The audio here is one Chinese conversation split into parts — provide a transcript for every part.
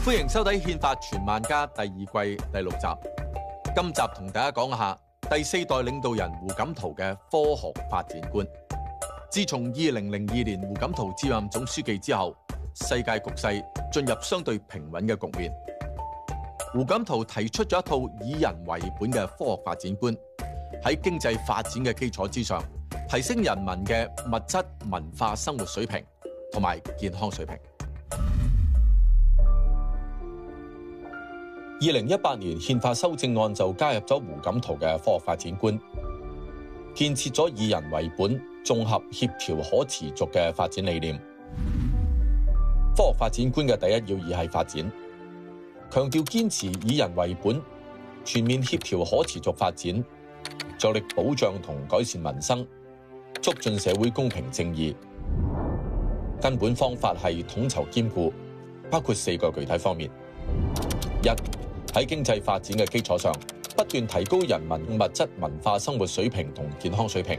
歡迎收睇《憲法傳萬家》第二季第6集。今集同大家講下第4代領導人胡錦濤嘅科學發展觀。自從2002年胡錦濤接任總書記之後，世界局勢進入相對平穩嘅局面。胡錦濤提出咗一套以人為本嘅科學發展觀，喺經濟發展嘅基礎之上，提升人民嘅物質文化生活水平同埋健康水平。2018年憲法修正案就加入咗胡錦濤嘅科學發展觀，建設咗以人為本、綜合協調可持續嘅發展理念。科學發展觀嘅第一要義係發展，強調堅持以人為本、全面協調可持續發展，着力保障同改善民生，促進社會公平正義。根本方法係統籌兼顧，包括4個具體方面：一、喺經濟發展嘅基礎上，不斷提高人民物質文化生活水平同健康水平；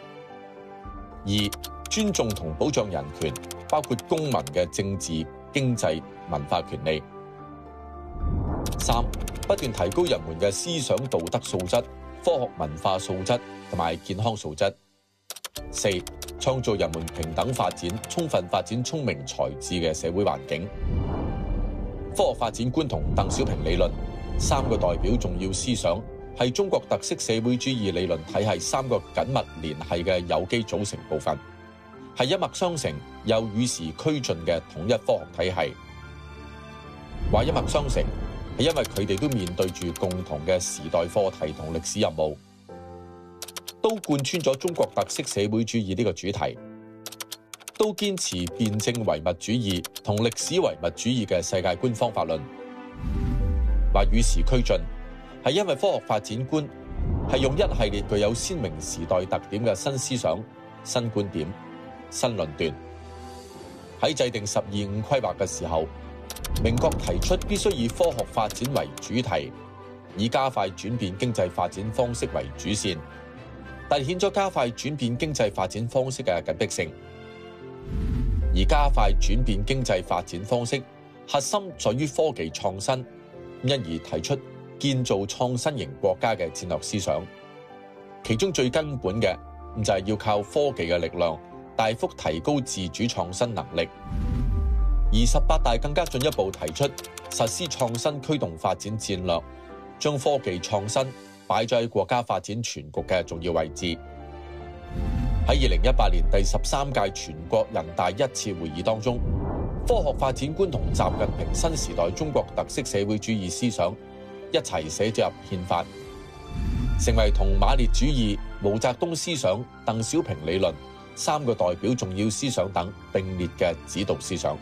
二、尊重同保障人權，包括公民嘅政治、經濟、文化權利；三、不斷提高人們嘅思想道德素質、科學文化素質同埋健康素質；四、創造人們平等發展、充分發展聰明才智嘅社會環境。科學發展觀同鄧小平理論3個代表重要思想，係中國特色社會主義理論體系3個緊密聯繫嘅有機組成部分，係一脈相承又與時俱進嘅統一科學體系。話一脈相承，係因為佢哋都面對住共同嘅時代課題同歷史任務，都貫穿咗中國特色社會主義呢個主題，都堅持辯證唯物主義同歷史唯物主義嘅世界觀方法論。話與時俱進，係因為科學發展觀係用一系列具有鮮明時代特點嘅新思想、新觀點、新論斷，喺制定12.5規劃嘅時候，明確提出必須以科學發展為主題，以加快轉變經濟發展方式為主線，凸顯咗加快轉變經濟發展方式嘅緊迫性。而加快轉變經濟發展方式核心在於科技創新，因而提出建造創新型國家嘅戰略思想。其中最根本嘅就係要靠科技嘅力量大幅提高自主創新能力。而18大更加進一步提出實施創新驅動發展戰略，將科技創新擺咗喺國家發展全局嘅重要位置。喺2018年第13屆全國人大一次會議當中，科學發展觀同習近平新時代中國特色社會主義思想一齊寫咗入憲法，成為同馬列主義、毛澤東思想、鄧小平理論3個代表重要思想等並列嘅指導思想。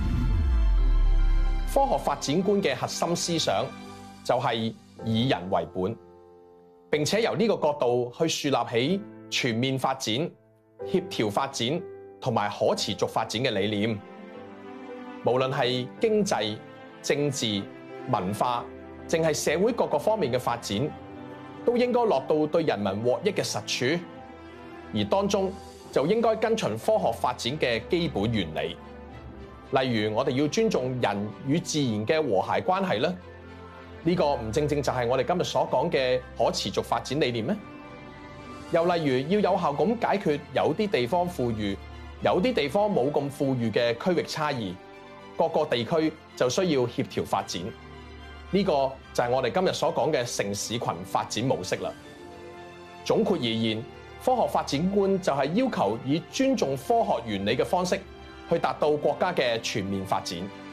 科學發展觀嘅核心思想就係以人為本，並且由呢個角度去樹立起全面發展、協調發展同埋可持續發展嘅理念。無論係經濟、政治、文化，淨係社會各個方面嘅發展，都應該落到對人民獲益嘅實處，而當中就應該跟循科學發展嘅基本原理。例如，我哋要尊重人與自然嘅和諧關係咧，呢個唔正正就係我哋今日所講嘅可持續發展理念咩？又例如，要有效咁解決有啲地方富裕、有啲地方冇咁富裕嘅區域差異，各個地區就需要協調發展。呢個就係我哋今日所講嘅城市群發展模式啦。總括而言，科學發展觀就係要求以尊重科學原理嘅方式去達到國家嘅全面發展。